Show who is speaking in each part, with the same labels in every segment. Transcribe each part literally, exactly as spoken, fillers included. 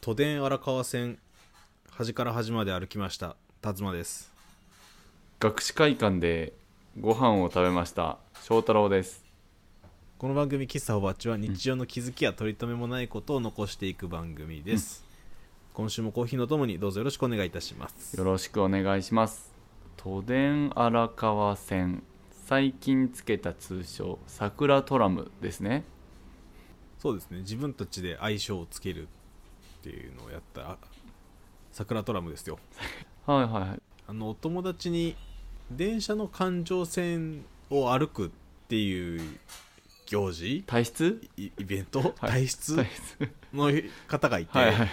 Speaker 1: 都電荒川線端から端まで歩きました辰馬です。
Speaker 2: 学士会館でご飯を食べました翔太郎です。
Speaker 1: この番組喫茶ホバッチは日常の気づきや取り留めもないことを残していく番組です、うん、今週もコーヒーのともにどうぞよろしくお願いいたします。
Speaker 2: よろしくお願いします。都電荒川線、最近つけた通称桜トラムですね。
Speaker 1: そうですね、自分たちで愛称をつけるっていうのをやった桜トラムですよ
Speaker 2: はいはいはい。
Speaker 1: あのお友達に電車の環状線を歩くっていう行事
Speaker 2: 体質
Speaker 1: イ, イベント、
Speaker 2: はい、
Speaker 1: 体質
Speaker 2: 体質
Speaker 1: の方がいて、
Speaker 2: はいはいはい、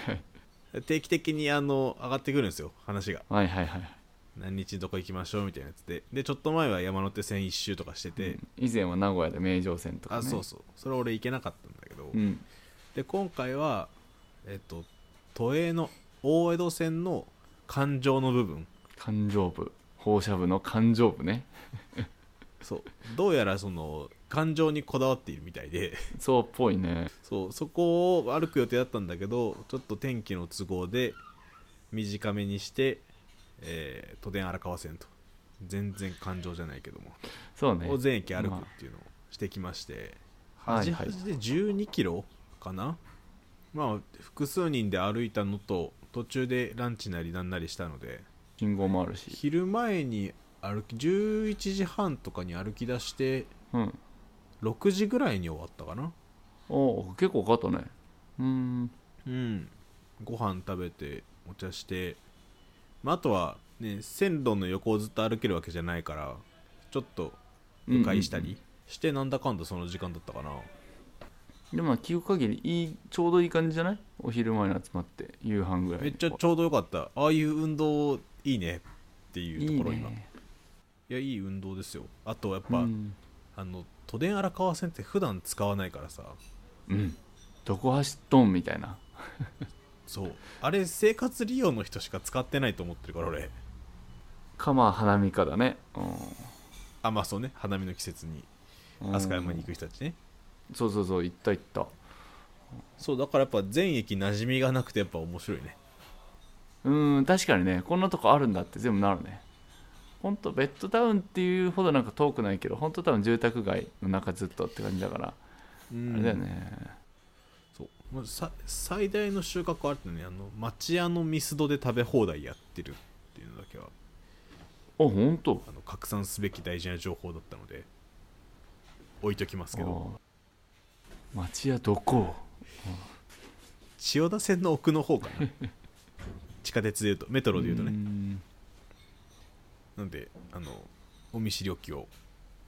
Speaker 1: 定期的にあの上がってくるんですよ、話が。
Speaker 2: はいはいはい。
Speaker 1: 何日どこ行きましょうみたいなやつで、でちょっと前は山手線一周とかしてて、うん、
Speaker 2: 以前は名古屋で名城線とかね。
Speaker 1: あ、そうそう、それ俺行けなかったんだけど、
Speaker 2: うん、
Speaker 1: で今回はえっと都営の大江戸線の環状の部分、
Speaker 2: 環状部、放射部の環状部ね
Speaker 1: そう、どうやらその環状にこだわっているみたいで
Speaker 2: そうっぽいね。
Speaker 1: そう、そこを歩く予定だったんだけど、ちょっと天気の都合で短めにして、えー、都電荒川線と全然環状じゃないけども、
Speaker 2: そうね、
Speaker 1: を全駅歩くっていうのをしてきまして、まあ、端々でじゅうにキロかな、まあ複数人で歩いたのと途中でランチなりなんなりしたので、
Speaker 2: 信号もあるし、
Speaker 1: 昼前に歩きじゅういちじはんとかに歩き出して、
Speaker 2: うん、
Speaker 1: ろくじぐらいに終わったかな。
Speaker 2: おお、結構かかったね。うーん、
Speaker 1: うん、ご飯食べてお茶して、まあ、あとはね、線路の横をずっと歩けるわけじゃないからちょっと迂回したりして、なんだかんだその時間だったかな。
Speaker 2: でも聞く限りいい、ちょうどいい感じじゃない？お昼前に集まって夕飯ぐらい。
Speaker 1: めっちゃちょうどよかった。ああいう運動いいねっていうところ。今いい、ね、いや、いい運動ですよ。あとやっぱ、うん、あの都電荒川線って普段使わないからさ、
Speaker 2: うん、どこ走っとんみたいな
Speaker 1: そう、あれ生活利用の人しか使ってないと思ってるから俺。
Speaker 2: かまあ花見かだね、うん、
Speaker 1: あ、まあそうね、花見の季節に飛鳥山に行く人たちね、
Speaker 2: うん、そうそうそう、行った行った。
Speaker 1: そうだからやっぱ全駅馴染みがなくてやっぱ面白いね。
Speaker 2: うん、確かにね、こんなとこあるんだって全部なるね。ほんとベッドタウンっていうほどなんか遠くないけど、ほんと多分住宅街の中ずっとって感じだから、うん、あれだよね。
Speaker 1: そう、まずさ最大の収穫はあるね、あの町屋のミスドで食べ放題やってるっていうのだけは、あ、
Speaker 2: ほんと
Speaker 1: あの拡散すべき大事な情報だったので置いときますけど。
Speaker 2: 町屋どこ？
Speaker 1: 千代田線の奥の方かな地下鉄でいうと、メトロでいうとね。んなんであのお見知りおきを。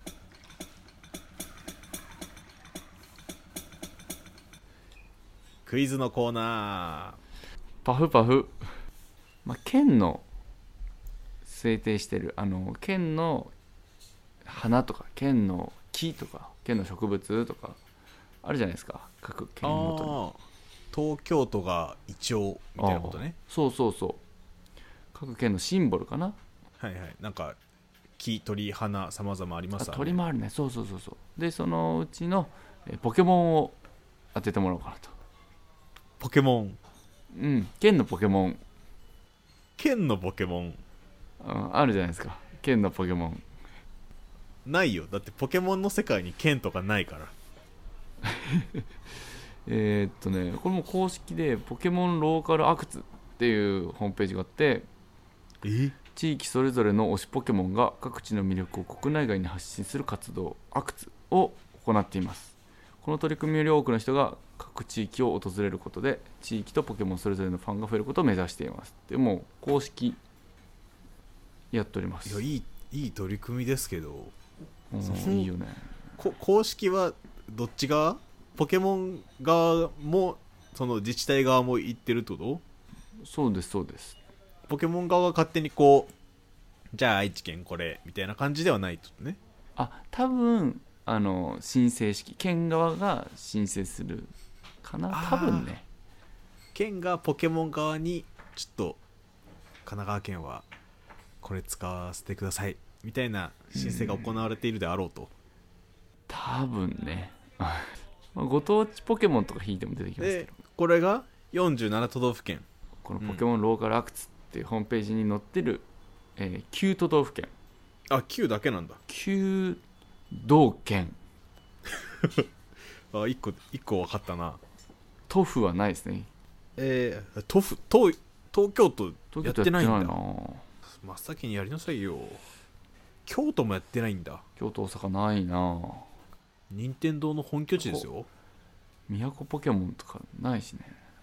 Speaker 1: クイズのコーナー。
Speaker 2: パフパフ。まあ、県の制定してるあの県の花とか県の木とか県の植物とかあるじゃないですか、各県ごとに。
Speaker 1: 東京都がイチョウみたいなことね。
Speaker 2: そうそうそう、各県のシンボルかな。
Speaker 1: はいはい、なんか木、鳥、花様々ありますね。
Speaker 2: 鳥もあるね。そうそうそうそう。でそのうちのえポケモンを当ててもらおうかなと。
Speaker 1: ポケモン。
Speaker 2: うん、県のポケモン。
Speaker 1: 県のポケモン、
Speaker 2: うん、あるじゃないですか、県のポケモン。
Speaker 1: ないよ、だってポケモンの世界に県とかないから
Speaker 2: えっとね、これも公式でポケモンローカルアクツっていうホームページがあって、
Speaker 1: え
Speaker 2: 地域それぞれの推しポケモンが各地の魅力を国内外に発信する活動アクツを行っています。この取り組みより多くの人が各地域を訪れることで地域とポケモンそれぞれのファンが増えることを目指しています。でも公式やっております。
Speaker 1: いや、いい、いい取り組みですけど、
Speaker 2: うん、いいよね。
Speaker 1: 公式はどっち側？ポケモン側もその自治体側も言ってるってこと？
Speaker 2: そうですそうです。
Speaker 1: ポケモン側が勝手にこう、じゃあ愛知県これみたいな感じではないってことね。
Speaker 2: あ、多分あの申請式、県側が申請するかな、多分ね。
Speaker 1: 県がポケモン側にちょっと神奈川県はこれ使わせてくださいみたいな申請が行われているであろうと。
Speaker 2: 多分ねまあご当地ポケモンとか引いても出てきますけど、
Speaker 1: これがよんじゅうなな都道府県。
Speaker 2: このポケモンローカルアクツっていうホームページに載ってる、えー、きゅう都道府県。
Speaker 1: あ、きゅうだけなんだ。
Speaker 2: きゅう道県。
Speaker 1: あ、いっこいっこ分かったな。
Speaker 2: 都府はないですね。
Speaker 1: えー、都府東東京都やってないんだ。
Speaker 2: 東京都やってないな。
Speaker 1: 真っ先にやりなさいよ。京都もやってないんだ。
Speaker 2: 京都大阪ないな。
Speaker 1: 任天堂の本拠地ですよ。
Speaker 2: 都ポケモンとかないしね。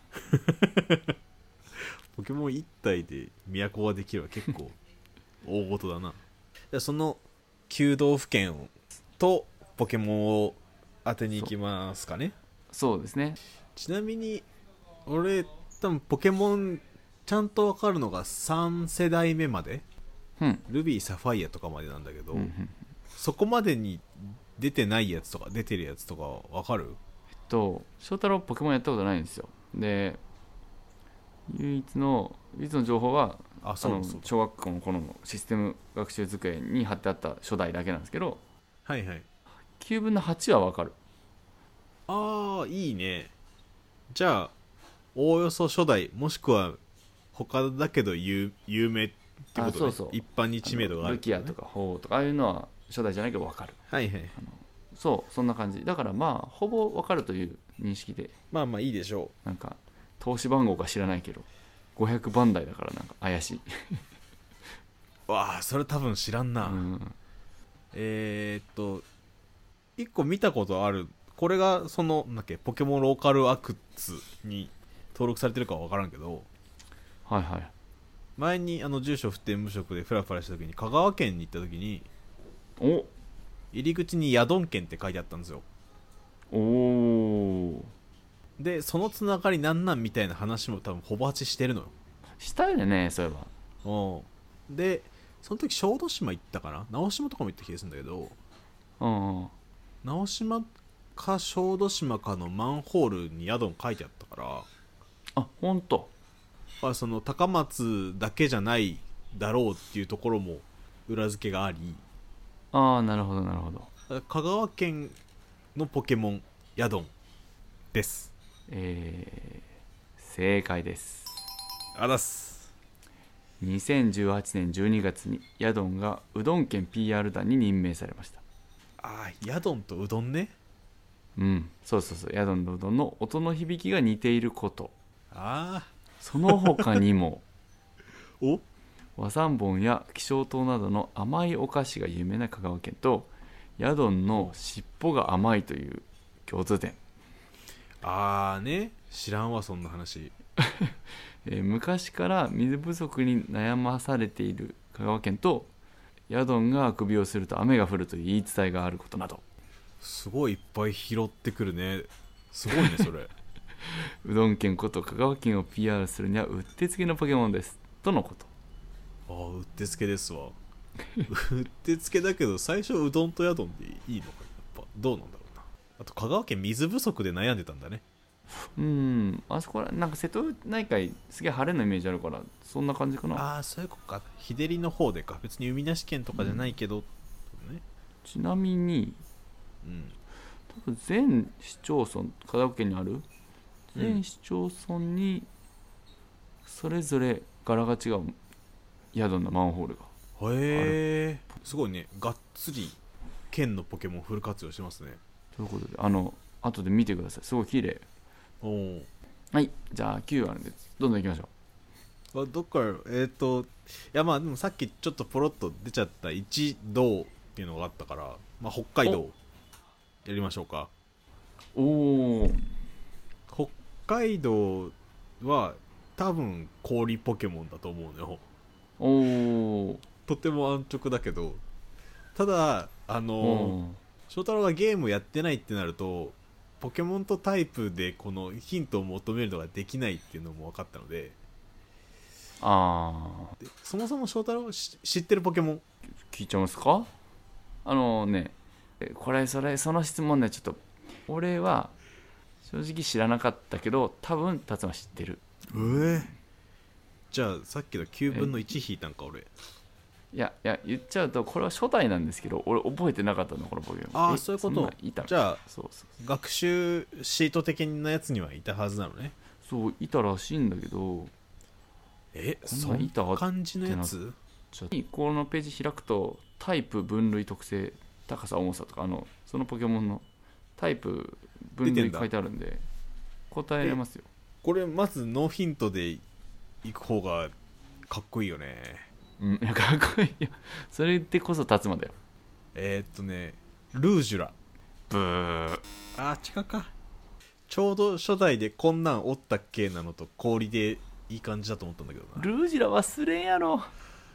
Speaker 1: ポケモン一体で都ができるは結構大事だな。じゃあそのきゅう道府県とポケモンを当てに行きますかね。
Speaker 2: そうですね。
Speaker 1: ちなみに俺多分ポケモンちゃんと分かるのがさん世代目まで、
Speaker 2: うん、
Speaker 1: ルビーサファイアとかまでなんだけど、
Speaker 2: うんうん、
Speaker 1: そこまでに出てないやつとか出てるやつとか分かる？
Speaker 2: えっと翔太郎ポケモンやったことないんですよ。で唯一の唯一の情報は
Speaker 1: あそうそう
Speaker 2: 小学校のこのシステム学習机に貼ってあった初代だけなんですけど、
Speaker 1: はいはい。
Speaker 2: きゅうぶんのはちは分かる。
Speaker 1: ああいいね。じゃあおおよそ初代もしくは他だけど有有名ってことね。
Speaker 2: そうそう、
Speaker 1: 一般に知名度がある、ね、
Speaker 2: ルキアとかホウとかああいうのは初代じゃないけど分かる。
Speaker 1: はいはい。
Speaker 2: あのそうそんな感じだから、まあほぼ分かるという認識で。
Speaker 1: まあまあいいでしょ
Speaker 2: なんか投資番号か知らないけどごひゃくばん台だからなんか怪しい。
Speaker 1: う。わあそれ多分知らんな、
Speaker 2: うん、
Speaker 1: えー、っといっこ見たことある。これがそのなんだっけポケモンローカルアクツに登録されてるかは分からんけど、
Speaker 2: はいはい。
Speaker 1: 前にあの住所不定無職でフラフラした時に香川県に行った時に
Speaker 2: お
Speaker 1: 入り口にヤドン県って書いてあったんですよ。
Speaker 2: おお
Speaker 1: でそのつながりなんなんみたいな話も多分ほぼはちしてるのよ。
Speaker 2: したよねそういえば。
Speaker 1: うんでその時小豆島行ったかな、直島とかも行った気がするんだけど、
Speaker 2: うんうん、
Speaker 1: 直島か小豆島かのマンホールにヤドン書いてあったから、
Speaker 2: あほんと。
Speaker 1: まあ、その高松だけじゃないだろうっていうところも裏付けがあり、
Speaker 2: ああなるほどなるほど。
Speaker 1: 香川県のポケモンヤドンです。
Speaker 2: えー、正解です。
Speaker 1: あだす。
Speaker 2: にせんじゅうはちねんじゅうにがつにヤドンがうどん県 ピーアール 団に任命されました。
Speaker 1: あーヤドンとうどんね。
Speaker 2: うんそうそうそう、ヤドンとうどんの音の響きが似ていること、
Speaker 1: あ
Speaker 2: その他にも
Speaker 1: お
Speaker 2: 和三盆や希少糖などの甘いお菓子が有名な香川県と、ヤドンの尻尾が甘いという共通点。
Speaker 1: あーね知らんわそんな話。
Speaker 2: えー昔から水不足に悩まされている香川県と、ヤドンがあくびをすると雨が降るという言い伝えがあることなど。
Speaker 1: すごいいっぱい拾ってくるね。すごいねそれ。
Speaker 2: うどん県こと香川県を ピーアール するにはうってつけのポケモンですとのこと。
Speaker 1: ああうってつけですわ。うってつけだけど最初うどんとヤドンでいいのか、やっぱどうなんだろうな。あと香川県水不足で悩んでたんだね。
Speaker 2: うんあそこらなんか瀬戸内海すげえ晴れのイメージあるからそんな感じかな。
Speaker 1: ああそういうことか。日照りの方でか。別に海なし県とかじゃないけど、うん、ね、
Speaker 2: ちなみに
Speaker 1: うん
Speaker 2: 多分全市町村香川県にある全市町村にそれぞれ柄が違うヤドンのマンホールが。
Speaker 1: へえすごいね。がっつり県のポケモンフル活用してますね。
Speaker 2: ということであの後で見てください、すごい綺麗。
Speaker 1: おお。
Speaker 2: はいじゃあきゅうあるんでどんどんいきましょ
Speaker 1: あどっからえっ、ー、といやまあでもさっきちょっとポロッと出ちゃった一道っていうのがあったから、まあ、北海道やりましょうか。
Speaker 2: う。おお
Speaker 1: 北海道は多分氷ポケモンだと思うのよ。
Speaker 2: おお
Speaker 1: とても安直だけど、ただあの翔太郎がゲームやってないってなるとポケモンとタイプでこのヒントを求めるのができないっていうのも分かったので、
Speaker 2: あ
Speaker 1: でそもそも翔太郎知ってるポケモン
Speaker 2: 聞いちゃいますか。あのねこれそれその質問ねちょっと俺は正直知らなかったけど多分達馬知ってる。
Speaker 1: えー、じゃあさっきのきゅうぶんのいち引いたんか俺。
Speaker 2: いやいや言っちゃうとこれは初代なんですけど俺覚えてなかったのこのポケモン。
Speaker 1: ああそういうこと。
Speaker 2: いた
Speaker 1: じゃあ
Speaker 2: そうそう
Speaker 1: 学習シート的なやつにはいたはずなのね。
Speaker 2: そういたらしいんだけど、
Speaker 1: え
Speaker 2: こん
Speaker 1: そ
Speaker 2: なんいた
Speaker 1: んな感じのやつ？
Speaker 2: ちょっとこのページ開くとタイプ、分類、特性、高さ、重さとか、あのそのポケモンのタイプ、分類書いてあるんで答えれますよ。
Speaker 1: これまずノーヒントでいく方がかっこいいよね。
Speaker 2: うん、いやかっこいいよ。それでこそ達馬だよ。
Speaker 1: えー、っとねルージュラ。
Speaker 2: ブー。
Speaker 1: あー違うか。ちょうど初代でこんなんおったっけなのと氷でいい感じだと思ったんだけどな。
Speaker 2: ルージュラ忘れんやろ。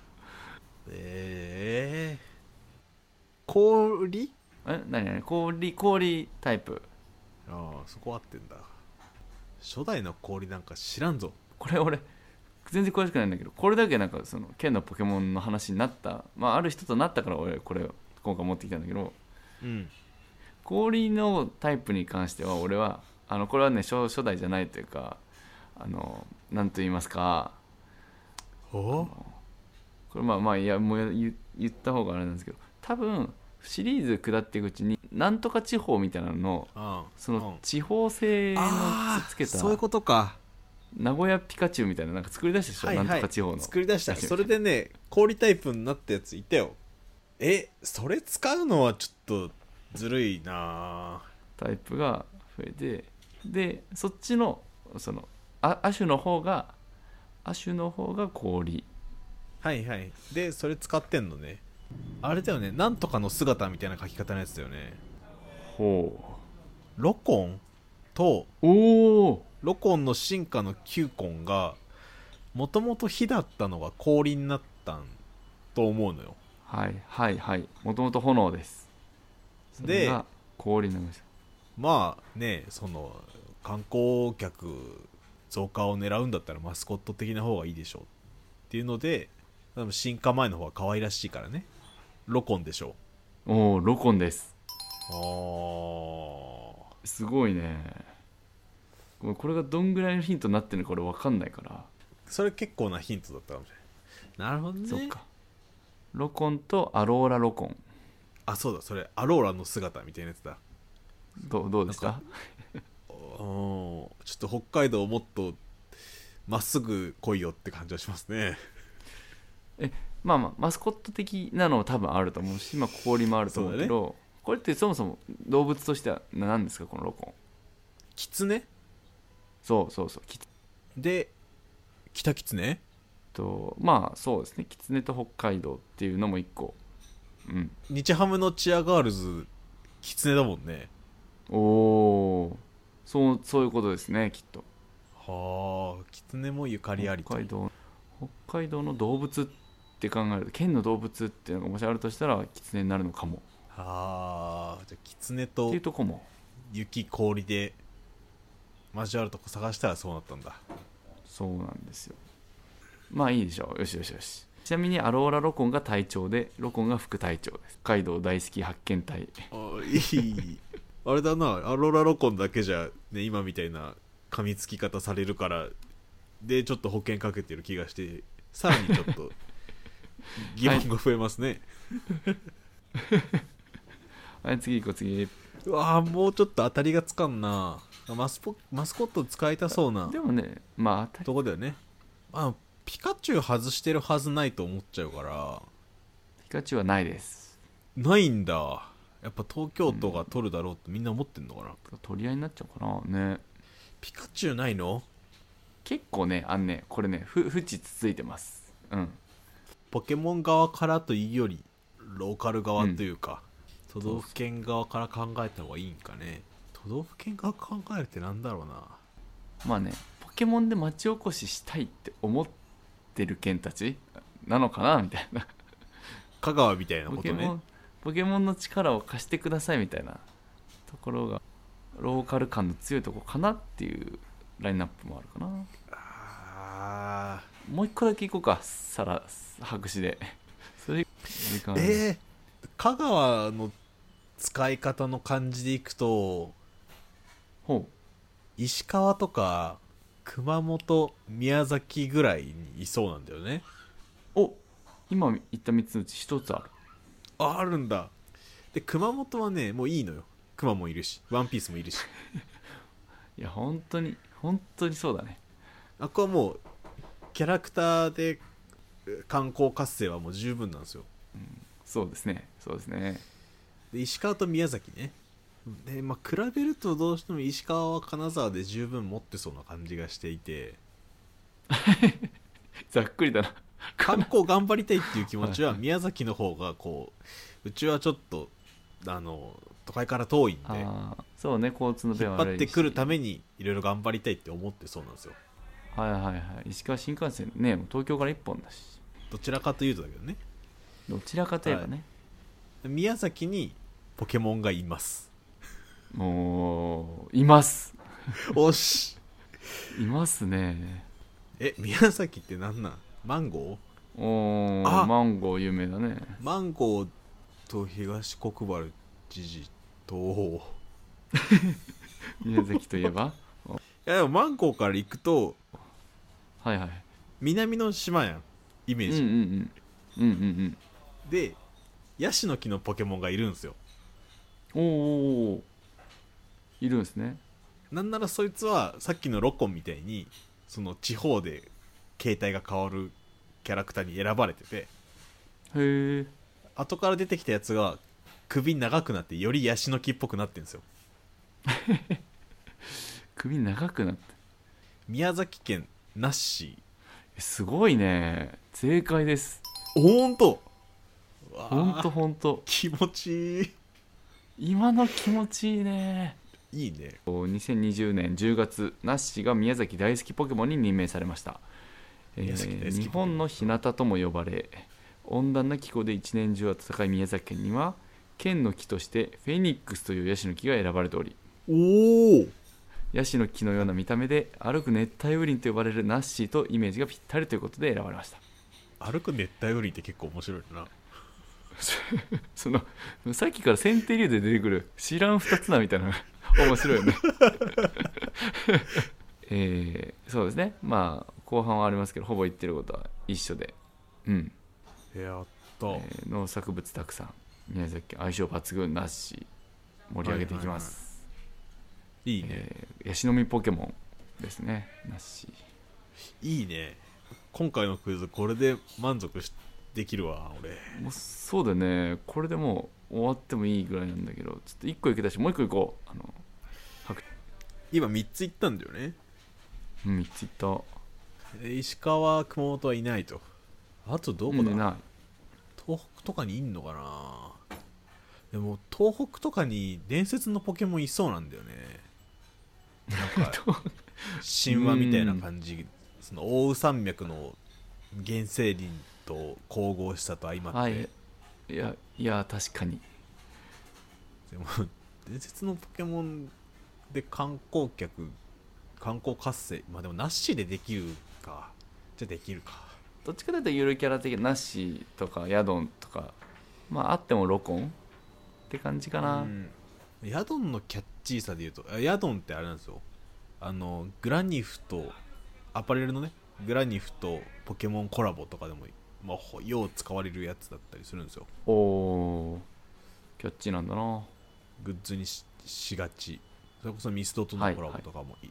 Speaker 1: えー、氷？
Speaker 2: え、なになに、氷、氷タイプ。
Speaker 1: ああそこ合ってんだ。初代の氷なんか知らんぞ。
Speaker 2: これ俺全然詳しくないんだけど、これだけなんかその剣のポケモンの話になった、まあある人となったから俺これ今回持ってきたんだけど、
Speaker 1: うん
Speaker 2: 氷のタイプに関しては俺はあのこれはね 初, 初代じゃないというか、あのなんと言いますか、
Speaker 1: お
Speaker 2: これまあまあいやもう言言った方があれなんですけど、多分シリーズ下っていくうちになんとか地方みたいなのの
Speaker 1: あ
Speaker 2: その地方性の
Speaker 1: あ
Speaker 2: つけた
Speaker 1: そういうことか。
Speaker 2: 名古屋ピカチュウみたいななんか作り出したでしょ、
Speaker 1: はいはい、
Speaker 2: なんとか地方の
Speaker 1: 作り出した。それでね氷タイプになったやついたよ。えそれ使うのはちょっとずるいな。
Speaker 2: タイプが増えて、でそっちのそのあ亜種の方が亜種の方が氷。
Speaker 1: はいはいでそれ使ってんのね。あれだよね、なんとかの姿みたいな書き方のやつだよね。
Speaker 2: ほ
Speaker 1: ロコンと
Speaker 2: う。おお。
Speaker 1: ロコンの進化のキューコンがもともと火だったのが氷になったんと思うのよ。
Speaker 2: はいはいはい、もともと炎です。それが氷になりました。
Speaker 1: まあねその観光客増加を狙うんだったらマスコット的な方がいいでしょうっていうので、多分進化前の方が可愛らしいからね。ロコンでしょ
Speaker 2: おお、ロコンです。
Speaker 1: う。あ
Speaker 2: すごいね。これがどんぐらいのヒントになってるのか俺分かんないから。
Speaker 1: それ結構なヒントだったかもしれない。なるほどね。
Speaker 2: そっか。ロコンとアローラロコン。
Speaker 1: あそうだそれアローラの姿みたいなやつだ。
Speaker 2: どうどうでした？
Speaker 1: ちょっと北海道もっとまっすぐ来いよって感じはしますね。
Speaker 2: えまあまあマスコット的なのも多分あると思うし、まあ氷もあると思うけど、ね、これってそもそも動物としては何ですかこのロコン？
Speaker 1: キツネ？
Speaker 2: そうそうそう、キツ
Speaker 1: で北キツネ
Speaker 2: とまあそうですね、キツネと北海道っていうのも一個。うん、
Speaker 1: 日ハムのチアガールズキツネだもんね。
Speaker 2: おお、そうそういうことですねきっと。
Speaker 1: はあキツネもゆかりありと。
Speaker 2: 北海道北海道の動物って考えると、県の動物っていうのがもしあるとしたらキツネになるのかも。
Speaker 1: はあじゃあキツネ
Speaker 2: って
Speaker 1: と
Speaker 2: いうとこも
Speaker 1: 雪氷で交わるとこ探したらそうなったんだ。
Speaker 2: そうなんですよ。まあいいでしょう。よしよしよし。ちなみにアローラロコンが隊長でロコンが副隊長です。北海道大好き発見隊。
Speaker 1: あいいあれだな、アローラロコンだけじゃね今みたいな噛みつき方されるからでちょっと保険かけてる気がして、さらにちょっと疑問が増えますね。
Speaker 2: はい、はい、次行こう次。
Speaker 1: うわーもうちょっと当たりがつかんな。マスポマスコット使いたそうな
Speaker 2: でもね、まあ当たり
Speaker 1: とこだよね。あピカチュウ外してるはずないと思っちゃうから。
Speaker 2: ピカチュウはないです。
Speaker 1: ないんだ。やっぱ東京都が取るだろうってみんな思ってんのかな。
Speaker 2: 取り合いになっちゃうかなね。
Speaker 1: ピカチュウないの？
Speaker 2: 結構ね、あんねこれねふ縁つついてます。うん。
Speaker 1: ポケモン側からというよりローカル側というか、うん、都道府県側から考えた方がいいんかね。都道府県側考えるってなんだろうな。
Speaker 2: まあね、ポケモンで町おこししたいって思ってる県たちなのかなみたいな。
Speaker 1: 香川みたいなことね。
Speaker 2: ポケモンポケモンの力を貸してくださいみたいなところがローカル感の強いところかなっていうラインナップもあるかな。
Speaker 1: あ
Speaker 2: もう一個だけいこうか、さら白紙で。それ時間ある。
Speaker 1: えー、香川の使い方の感じでいくと
Speaker 2: ほう、
Speaker 1: 石川とか熊本宮崎ぐらいにいそうなんだよね。
Speaker 2: お、今言ったみっつのうちひとつある。
Speaker 1: ああるんだ。で熊本はねもういいのよ。熊もいるしワンピースもいるし。
Speaker 2: いや本当に本当にそうだね。
Speaker 1: あこはもうキャラクターで観光活性はもう十分なんですよ。
Speaker 2: そうですねそうですね。
Speaker 1: で石川と宮崎ね。でまあ比べるとどうしても石川は金沢で十分持ってそうな感じがしていて、
Speaker 2: ざっくりだな。
Speaker 1: 観光頑張りたいっていう気持ちは宮崎の方がこううちはちょっとあの都会から遠いんで
Speaker 2: あそうね、交通の
Speaker 1: 引
Speaker 2: 便は悪いし
Speaker 1: っ張ってくるためにいろいろ頑張りたいって思ってそうなんですよ。
Speaker 2: はいはいはい。石川新幹線ね、もう東京から一本だし、
Speaker 1: どちらかというとだけどね。
Speaker 2: どちらかといえばね、
Speaker 1: はい、宮崎にポケモンがいます。
Speaker 2: もういます
Speaker 1: おし
Speaker 2: いますね。
Speaker 1: え宮崎ってなんなん？マンゴー？
Speaker 2: おーマンゴー有名だね。
Speaker 1: マンゴーと東国原知事と
Speaker 2: 宮崎といえば
Speaker 1: いやでもマンゴーから行くと
Speaker 2: はいはい。
Speaker 1: 南の島やんイメージ、
Speaker 2: うんうんうんうんうんうん
Speaker 1: でヤシの木のポケモンがいるんですよ。
Speaker 2: おーおーいるんですね。
Speaker 1: なんならそいつはさっきのロコンみたいにその地方で形態が変わるキャラクターに選ばれてて、
Speaker 2: へえ。
Speaker 1: 後から出てきたやつが首長くなってよりヤシの木っぽくなってるんですよ。
Speaker 2: 首長くなって
Speaker 1: 宮崎県ナッシ
Speaker 2: すごいね。正解です。
Speaker 1: ー。ほんと
Speaker 2: ほんとほんと。
Speaker 1: 気持ちいい。
Speaker 2: 今の気持ちいいね。
Speaker 1: いいね。
Speaker 2: にせんにじゅうねんじゅうがつ、ナッシが宮崎大好きポケモンに任命されました。え
Speaker 1: 宮崎大好きポケモン
Speaker 2: ー日本の日向とも呼ばれ、温暖な気候で一年中暖かい宮崎県には県の木としてフェニックスというヤシの木が選ばれており、
Speaker 1: おお
Speaker 2: ヤシの木のような見た目で歩く熱帯雨林と呼ばれるナッシーとイメージがぴったりということで選ばれました。
Speaker 1: 歩く熱帯雨林って結構面白いな。
Speaker 2: そのさっきからセンテリューで出てくる知らんふたつなみたいなのが面白いよね。えー、そうですね。まあ後半はありますけどほぼ言ってることは一緒で、うん
Speaker 1: やった、
Speaker 2: えー農作物たくさん、宮崎県相性抜群ナッシー盛り上げていきます。
Speaker 1: いいね、
Speaker 2: えーヤシの実ポケモンですね、ナッシー。
Speaker 1: いいね。今回のクイズこれで満足しできるわ俺。
Speaker 2: もうそうだね、これでもう終わってもいいぐらいなんだけど、ちょっといっこいけたしもういっこいこう。あの
Speaker 1: 今みっついったんだよね。
Speaker 2: みっついった。
Speaker 1: え石川熊本はいないと。あとどこだ、
Speaker 2: うん、ない。
Speaker 1: 東北とかにいんのかな。でも東北とかに伝説のポケモンいそうなんだよね。なんか神話みたいな感じ、その奥羽山脈の原生林と神々しさと相まって、
Speaker 2: はい、いやいや確かに。
Speaker 1: でも伝説のポケモンで観光客観光活性、まあでもナッシーでできるか。じゃあできるか。
Speaker 2: どっちかというとゆるキャラ的なナッシーとかヤドンとか、まああってもロコンって感じかな。
Speaker 1: うん、ヤドンのキャッチーさで言うと、ヤドンってあれなんですよ、あのグラニフとアパレルのね、グラニフとポケモンコラボとかでも、まあ、よう使われるやつだったりするんですよ。
Speaker 2: おおキャッチーなんだな。
Speaker 1: グッズに し, しがち。それこそミスドとのコラボとかも、はいはい、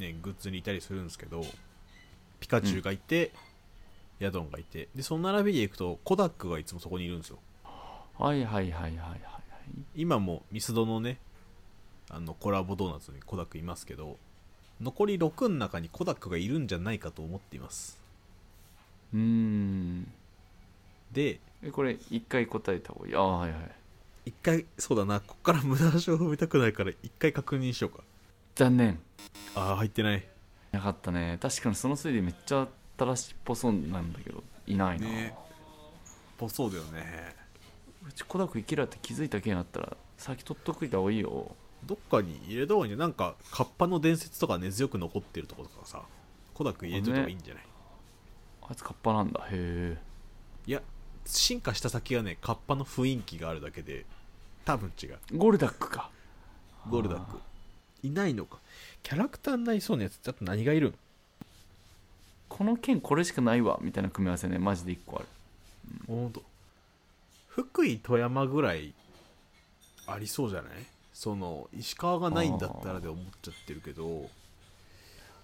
Speaker 1: ね、グッズにいたりするんですけど、ピカチュウがいて、うん、ヤドンがいて、でその並びでいくとコダックがいつもそこにいるんですよ。
Speaker 2: はいはいはいはいはい。
Speaker 1: 今もミスドのね、あのコラボドーナツにコダックいますけど、残りろくの中にコダックがいるんじゃないかと思っています。
Speaker 2: うーん
Speaker 1: で
Speaker 2: えこれ一回答えた方がいい。ああはいはい。
Speaker 1: 一回、そうだな、こっから無駄足を踏みたくないから一回確認しようか。
Speaker 2: 残念。
Speaker 1: ああ入ってない。
Speaker 2: なかったね。確かにその推理めっちゃ正しっぽそうなんだけどいないな、
Speaker 1: ね、ぽそうだよね。
Speaker 2: うちコダック生きらって気づいた件あったら先取っとくいた方がいいよ。
Speaker 1: どっかに入れた方がいいんじゃない。なんかカッパの伝説とか根強く残ってるところとかさ、コダック入れといた方がいいんじゃない。
Speaker 2: あ,、ね、あいつカッパなんだ。へえ。
Speaker 1: いや進化した先がね、カッパの雰囲気があるだけで多分違う。
Speaker 2: ゴルダックか。
Speaker 1: ゴルダックいないのか。キャラクターになりそうなやつってあと何がいるん。
Speaker 2: この剣これしかないわみたいな組み合わせね、マジでいっこある。
Speaker 1: うん、ほんと福井富山ぐらいありそうじゃない。その石川がないんだったらで思っちゃってるけど、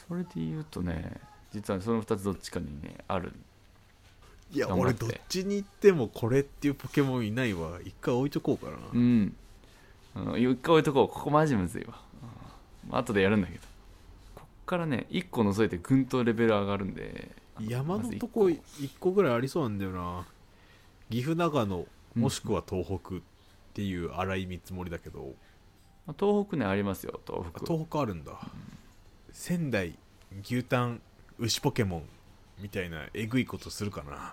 Speaker 2: それで言うとね、実はそのふたつどっちかにねある。
Speaker 1: いや
Speaker 2: 頑張って
Speaker 1: 俺どっちに行ってもこれっていうポケモンいないわ。一回置いとこうかな。
Speaker 2: うんあの一回置いとこう。ここマジむずいわ、うん、後でやるんだけど、こっからねいっこ除いてぐんとレベル上がるんで、
Speaker 1: 山の
Speaker 2: まず
Speaker 1: とこいっこぐらいありそうなんだよな。岐阜長野
Speaker 2: うん
Speaker 1: もしくは東北っていう荒い見積もりだけど、
Speaker 2: 東北ねありますよ。東
Speaker 1: あ
Speaker 2: 北
Speaker 1: 東北あるんだ、仙台牛タン牛ポケモンみたいなえぐいことするかな。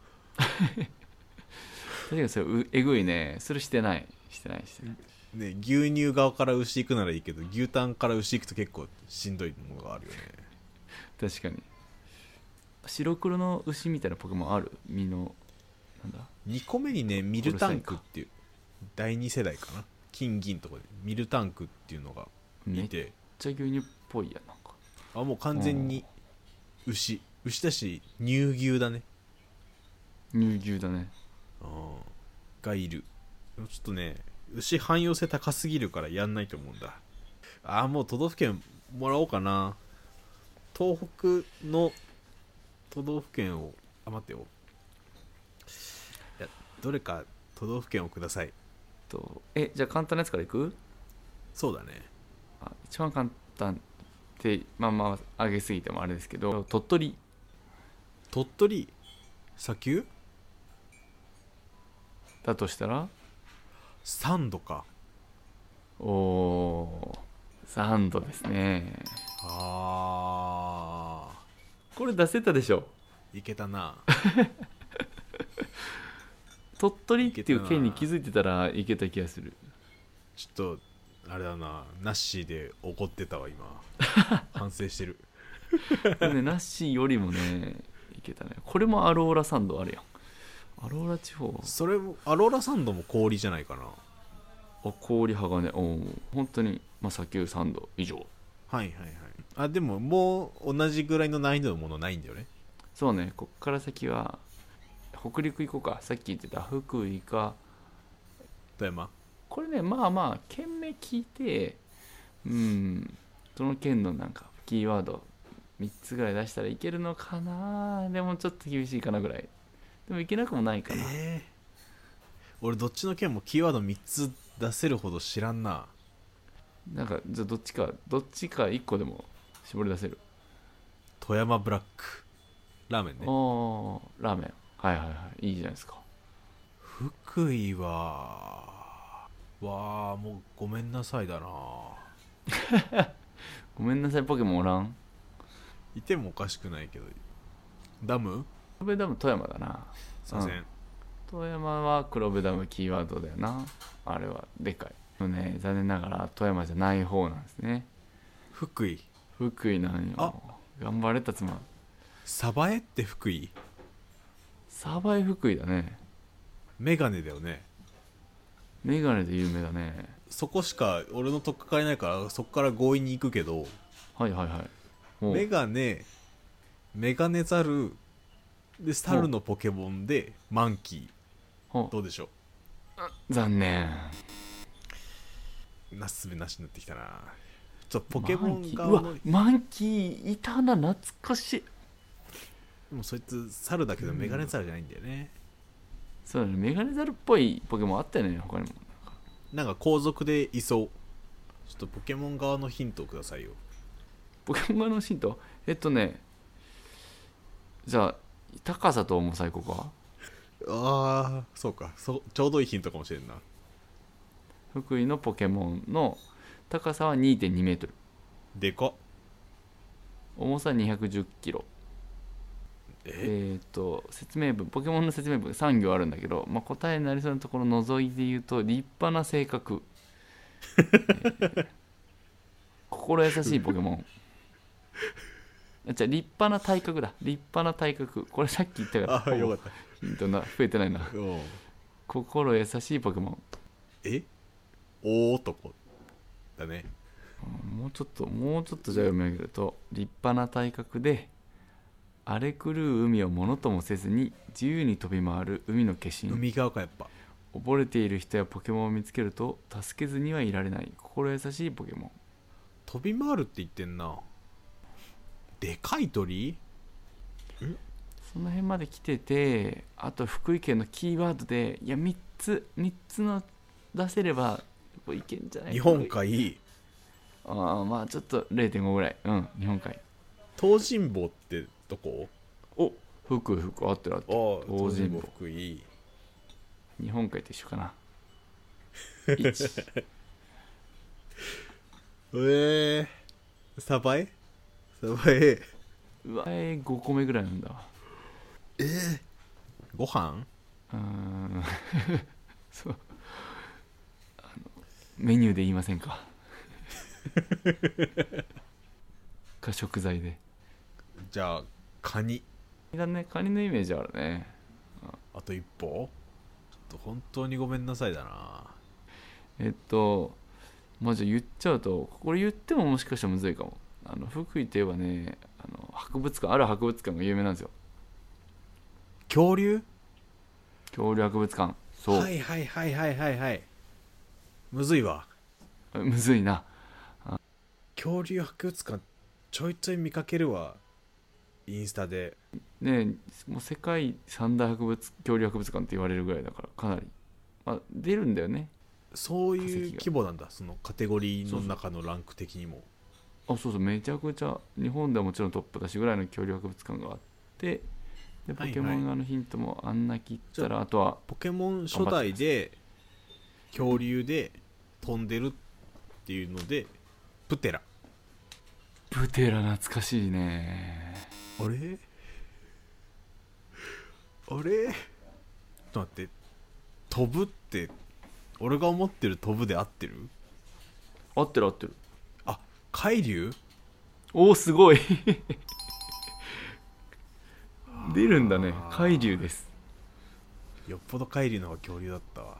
Speaker 2: 確かにそれうえぐいね。それしてないしてないしてない
Speaker 1: ね、牛乳側から牛行くならいいけど牛タンから牛行くと結構しんどいものがあるよね。
Speaker 2: 確かに。白黒の牛みたいなポケモンある？身のなんだ
Speaker 1: にこめにねミルタンクっていうだいに世代かな、金銀とかでミルタンクっていうのが
Speaker 2: めっ
Speaker 1: いて、
Speaker 2: ちゃ牛乳っぽいやなんか。
Speaker 1: あもう完全に牛牛だし乳牛だね。
Speaker 2: 乳牛だね。
Speaker 1: あがいる。ちょっとね牛汎用性高すぎるからやんないと思うんだ。あもう都道府県もらおうかな。東北の都道府県をあ待ってよ、いやどれか都道府県をください。
Speaker 2: とえじゃあ簡単なやつからいく？
Speaker 1: そうだね。
Speaker 2: あ一番簡単ってまあまあ上げすぎてもあれですけど、鳥取。
Speaker 1: 鳥取砂丘
Speaker 2: だとしたら
Speaker 1: サンドか。
Speaker 2: おおサンドですね。
Speaker 1: あ
Speaker 2: これ出せたでしょ。
Speaker 1: ーいけたな。
Speaker 2: 鳥取っていう県に気づいてたらいけた気がする。
Speaker 1: ちょっとあれだな、ナッシーで怒ってたわ今。反省してる。
Speaker 2: これねナッシーよりもねいけたね。これもアローラサンドあるやん。アローラ地方
Speaker 1: それもアローラサンドも氷じゃないかな。
Speaker 2: あ氷鋼おお本当にまあ砂丘サンド以上。
Speaker 1: はいはいはい。あでももう同じぐらいの難易度のものないんだよね。
Speaker 2: そうね。こっから先は北陸行こうか。さっき言ってた福井か
Speaker 1: 富山。
Speaker 2: これねまあまあ県名聞いてうんその県のなんかキーワードみっつぐらい出したらいけるのかな。でもちょっと厳しいかなぐらい。でもいけなくもないかな。
Speaker 1: えー、俺どっちの県もキーワードみっつ出せるほど知らんな。
Speaker 2: なんかじゃあどっちかどっちかいっこでも絞り出せる。
Speaker 1: 富山ブラックラーメンね。
Speaker 2: おーラーメンはいはいはいいいじゃないですか。
Speaker 1: 福井はわあもうごめんなさいだな。
Speaker 2: ごめんなさいポケモンおらん。
Speaker 1: いてもおかしくないけど。ダム
Speaker 2: 黒部ダム富山だな。
Speaker 1: すいません、
Speaker 2: 富山は黒部ダムキーワードだよな。あれはでかい。でもね残念ながら富山じゃない方なんですね。
Speaker 1: 福井
Speaker 2: 福井なん
Speaker 1: あ
Speaker 2: よ。頑張れたつまん。
Speaker 1: 鯖江って福井。
Speaker 2: 鯖江福井だね。
Speaker 1: メガネだよね。
Speaker 2: メガネで有名だね。
Speaker 1: そこしか俺のとっかかりないからそこから強引に行くけど、
Speaker 2: はいはいはい。おう
Speaker 1: メガネメガネザルで猿のポケモンでマンキ
Speaker 2: お
Speaker 1: ーどうでしょ
Speaker 2: 残念。
Speaker 1: う。なすすべなしになってきたな。ちょっとポケモン
Speaker 2: マンキー
Speaker 1: 側の
Speaker 2: うわマンキーいたな懐かしい。
Speaker 1: でもそいつ猿だけどメガネザルじゃないんだよね。
Speaker 2: そうだねメガネザルっぽいポケモンあったよね他にも。
Speaker 1: なんか後続でいそう。ちょっとポケモン側のヒントをくださいよ。
Speaker 2: ポケモン側のヒントえっとねじゃあ高さと重さいこうか。
Speaker 1: ああそうかそちょうどいいヒントかもしれんな。
Speaker 2: 福井のポケモンの高さは にてんにメートル、
Speaker 1: でかっ。
Speaker 2: 重さにひゃくじゅっキロ。
Speaker 1: え
Speaker 2: えっ、と説明文ポケモンの説明文さん行あるんだけど、まあ、答えになりそうなところ除いて言うと立派な性格、えー心優しいポケモンあじゃあ立派な体格だ。立派な体格これさっき言ったから
Speaker 1: ああよかった。
Speaker 2: ヒントな増えてないな。
Speaker 1: うん
Speaker 2: 心優しいポケモン。
Speaker 1: え大男だね。
Speaker 2: もうちょっともうちょっとじゃあ読み上げると立派な体格で荒れ狂う海をものともせずに自由に飛び回る海の化身。
Speaker 1: 海側かやっぱ。
Speaker 2: 溺れている人やポケモンを見つけると助けずにはいられない心優しいポケモン。
Speaker 1: 飛び回るって言ってんな。 でかい鳥？
Speaker 2: その辺まで来てて、あと福井県のキーワードで、いやみっつみっつの出せればいけんじゃないか。
Speaker 1: 日本海。
Speaker 2: ああ、まあちょっと れいてんご ぐらい。うん、日本海。
Speaker 1: 東尋坊ってどこ？
Speaker 2: お、福井福井合ってる合ってる。
Speaker 1: ああ、
Speaker 2: 東尋坊
Speaker 1: 福井。
Speaker 2: 日本海と一緒かな。いち
Speaker 1: えー、サバエサバエ。
Speaker 2: うわ、えー、ごこめぐらいなんだわ。
Speaker 1: えー、ご飯？
Speaker 2: うーんそうあのメニューで言いませんかか食材で。
Speaker 1: じゃあカニ。
Speaker 2: だね、カニのイメージあるね。
Speaker 1: あと一歩？ちょっと本当にごめんなさいだな。
Speaker 2: えっとまあじゃあ言っちゃうと、これ言ってももしかしたらむずいかも。あの福井といえばね、あの博物館、ある博物館が有名なんですよ。
Speaker 1: 恐竜？
Speaker 2: 恐竜博物館。そう、
Speaker 1: はいはいはいはいはいはい。むずいわ。
Speaker 2: むずいな。
Speaker 1: 恐竜博物館ちょいちょい見かけるわ、インスタで。
Speaker 2: ね、もう世界三大博物恐竜博物館って言われるぐらいだから、かなり、まあ、出るんだよね。
Speaker 1: そういう規模なんだ、そのカテゴリーの中のランク的にも。
Speaker 2: あ、そうそう、めちゃくちゃ日本ではもちろんトップだしぐらいの恐竜博物館があって、でポケモン側のヒントもあんな切ったら、あとは
Speaker 1: ポケモン初代で恐竜で飛んでるっていうのでプテラ。
Speaker 2: プテラ懐かしいね。
Speaker 1: あれあれちょっと待って、飛ぶって俺が思ってる飛ぶで合ってる？
Speaker 2: 合ってる合ってる。
Speaker 1: あ、海竜？
Speaker 2: おお、すごい出るんだね。海竜です。
Speaker 1: よっぽど海竜の方が恐竜だったわ。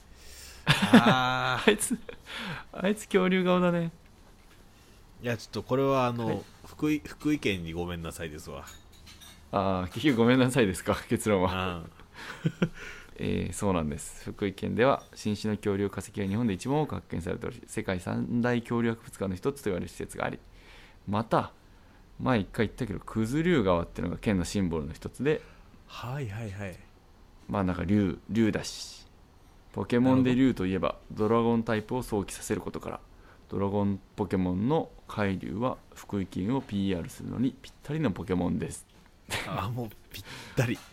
Speaker 1: あ
Speaker 2: あいつあいつ恐竜顔だね。
Speaker 1: いやちょっとこれはあの、
Speaker 2: はい、
Speaker 1: 福井福井県にごめんなさいですわ。
Speaker 2: ああ、結局ごめんなさいですか、結論は。
Speaker 1: うん
Speaker 2: えー、そうなんです。福井県では新種の恐竜化石が日本で一番多く発見されており、世界三大恐竜博物館の一つと言われる施設があり、また前一回言ったけど九頭竜川っていうのが県のシンボルの一つで、
Speaker 1: はいはいはい。
Speaker 2: まあなんか竜竜だし、ポケモンで竜といえばドラゴンタイプを想起させることから、ドラゴンポケモンの海竜は福井県を ピーアール するのにぴったりのポケモンです。
Speaker 1: あ、もうぴったり。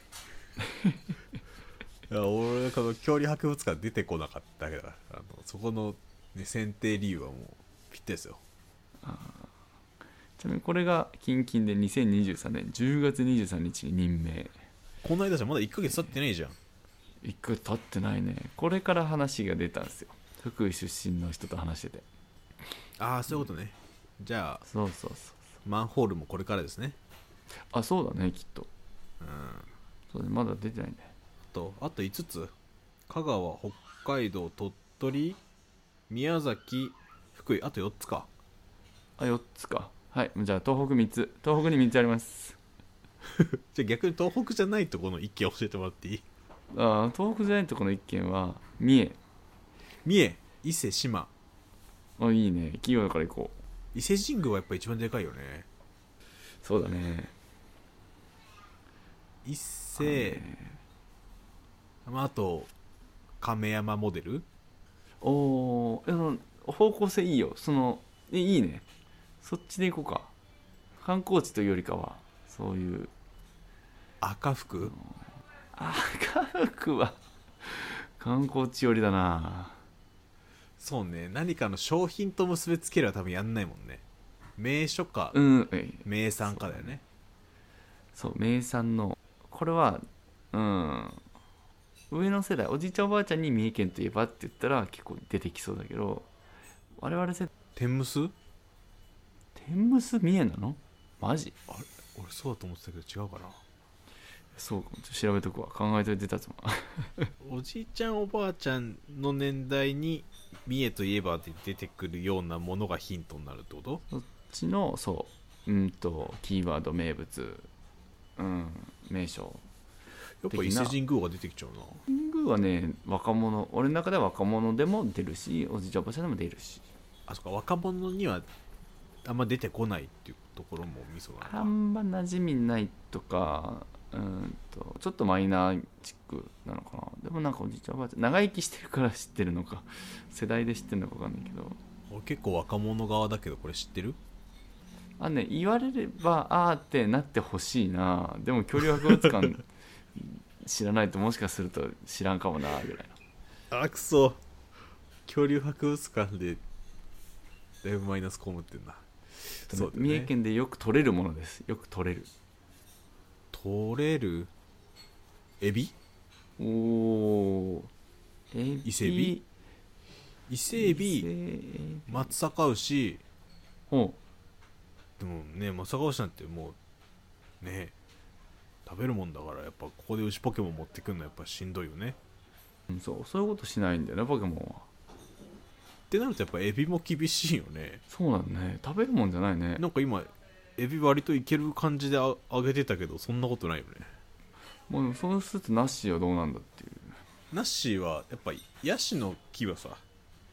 Speaker 1: いや俺この恐竜博物館出てこなかっただけだから、あのそこの、ね、選定理由はもうぴったりですよ。
Speaker 2: あ、ちなみにこれが近々でにせんにじゅうさんねんじゅうがつにじゅうさんにちに任命。
Speaker 1: この間じゃまだいっかげつ経ってないじゃん。
Speaker 2: いっかげつ経ってないね。これから話が出たんですよ、福井出身の人と話してて。
Speaker 1: ああそういうことね。じゃあ
Speaker 2: そうそうそう、
Speaker 1: マンホールもこれからですね。
Speaker 2: あ、そうだね、きっと。
Speaker 1: うん。
Speaker 2: そうね、まだ出てないね。
Speaker 1: とあといつつ、香川、北海道、鳥取、宮崎、福井、あとよっつか。
Speaker 2: あ、よっつか。はい、じゃあ東北みっつ、東北にみっつあります。
Speaker 1: じゃあ逆に東北じゃないとこの一軒教えてもらっていい？
Speaker 2: あ、東北じゃないとこのいっけんは三重。
Speaker 1: 三重、伊勢、志摩。
Speaker 2: あ、いいね、企業から行こう。
Speaker 1: 伊勢神宮はやっぱ一番でかいよね。
Speaker 2: そうだね。
Speaker 1: 伊勢、あ, まあ、あと亀山モデル。
Speaker 2: おー、あの方向性いいよ。そのえいいね、そっちで行こうか。観光地というよりかはそういう
Speaker 1: 赤福。
Speaker 2: 赤福は観光地寄りだな。
Speaker 1: そうね、何かの商品と結びつければ多分やんないもんね。名所か、
Speaker 2: うん、え
Speaker 1: 名産かだよね。
Speaker 2: そう名産の、これはうん上の世代、おじいちゃんおばあちゃんに三重県といえばって言ったら結構出てきそうだけど、我々世代、
Speaker 1: 天むす。
Speaker 2: 天むす三重なの？マジ？
Speaker 1: あれ俺そうだと思ってたけど違うかな。
Speaker 2: そうかも、ちょっと調べとくわ。考えといてたつも
Speaker 1: おじいちゃんおばあちゃんの年代に三重といえばで出てくるようなものがヒントになるってこと？
Speaker 2: そっちの、そううんとキーワード、名物、うん名所。
Speaker 1: やっぱ伊勢神宮が出てきちゃうな。
Speaker 2: 神宮はね、若者、俺の中では若者でも出るし、おじいちゃんおばあちゃんでも出るし。
Speaker 1: あ、そっか、若者にはあんま出てこないっていうところもミソなのか。
Speaker 2: あんま馴染みないとか、うんとちょっとマイナーチックなのかな。でもなんかおじいちゃんおばあちゃん長生きしてるから知ってるのか世代で知ってるのか分かんないけど、
Speaker 1: 俺結構若者側だけどこれ知ってる？
Speaker 2: あね、言われればあーってなってほしいな。でも恐竜博物館知らないともしかすると知らんかもなぐらいの。
Speaker 1: あくそ、恐竜博物館でだいぶマイナス被ってんな。そうだね、
Speaker 2: 三重県でよく取れるものです。よく取れる。
Speaker 1: 取れるエビ？
Speaker 2: おお、エビ、
Speaker 1: 伊勢エビ？伊勢エビ、松阪牛。
Speaker 2: ほ
Speaker 1: でもね、松阪牛なんてもうね食べるもんだから、やっぱここで牛ポケモン持ってくるのはやっぱしんどいよね。
Speaker 2: う、そうそういうことしないんだよねポケモンは。
Speaker 1: ってなるとやっぱエビも厳しいよね。
Speaker 2: そうなんだね、食べるもんじゃないね。
Speaker 1: なんか今エビ割といける感じでああげてたけど、そんなことないよね。
Speaker 2: もうそうするとナッシーはどうなんだっていう。
Speaker 1: ナッシーはやっぱヤシの木はさ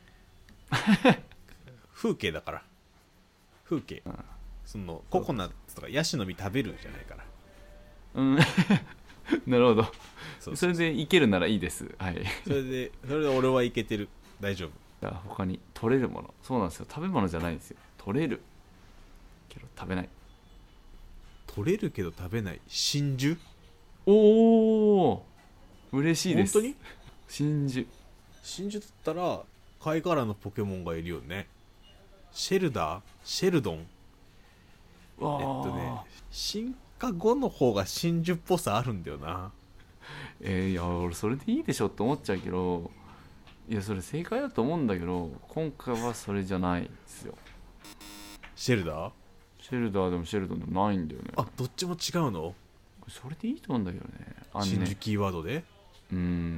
Speaker 1: 風景だから、風景、
Speaker 2: うん、
Speaker 1: そのココナッツとかヤシの実食べるじゃないから。
Speaker 2: うんなるほど。
Speaker 1: そうそう
Speaker 2: それでいけるならいいです。はい。
Speaker 1: それでそれで俺はいけてる、大丈夫。
Speaker 2: じゃあ他に取れるもの、そうなんですよ、食べ物じゃないんですよ。取れるけど食べない。
Speaker 1: 取れるけど食べない。真珠？
Speaker 2: おお、嬉しいです。
Speaker 1: 本当に？
Speaker 2: 真珠。
Speaker 1: 真珠だったら貝殻のポケモンがいるよね。シェルダー、シェルドン。
Speaker 2: わ
Speaker 1: えっとね、進化後の方が真珠っぽさあるんだよな。
Speaker 2: えー、いや俺それでいいでしょって思っちゃうけど、いやそれ正解だと思うんだけど、今回はそれじゃないですよ。
Speaker 1: シェルダー？
Speaker 2: シェルダーでもシェルドンでもないんだよね。
Speaker 1: あ、どっちも違うの？
Speaker 2: それでいいと思うんだけどね。あのね、
Speaker 1: 真珠キーワードで？
Speaker 2: うん、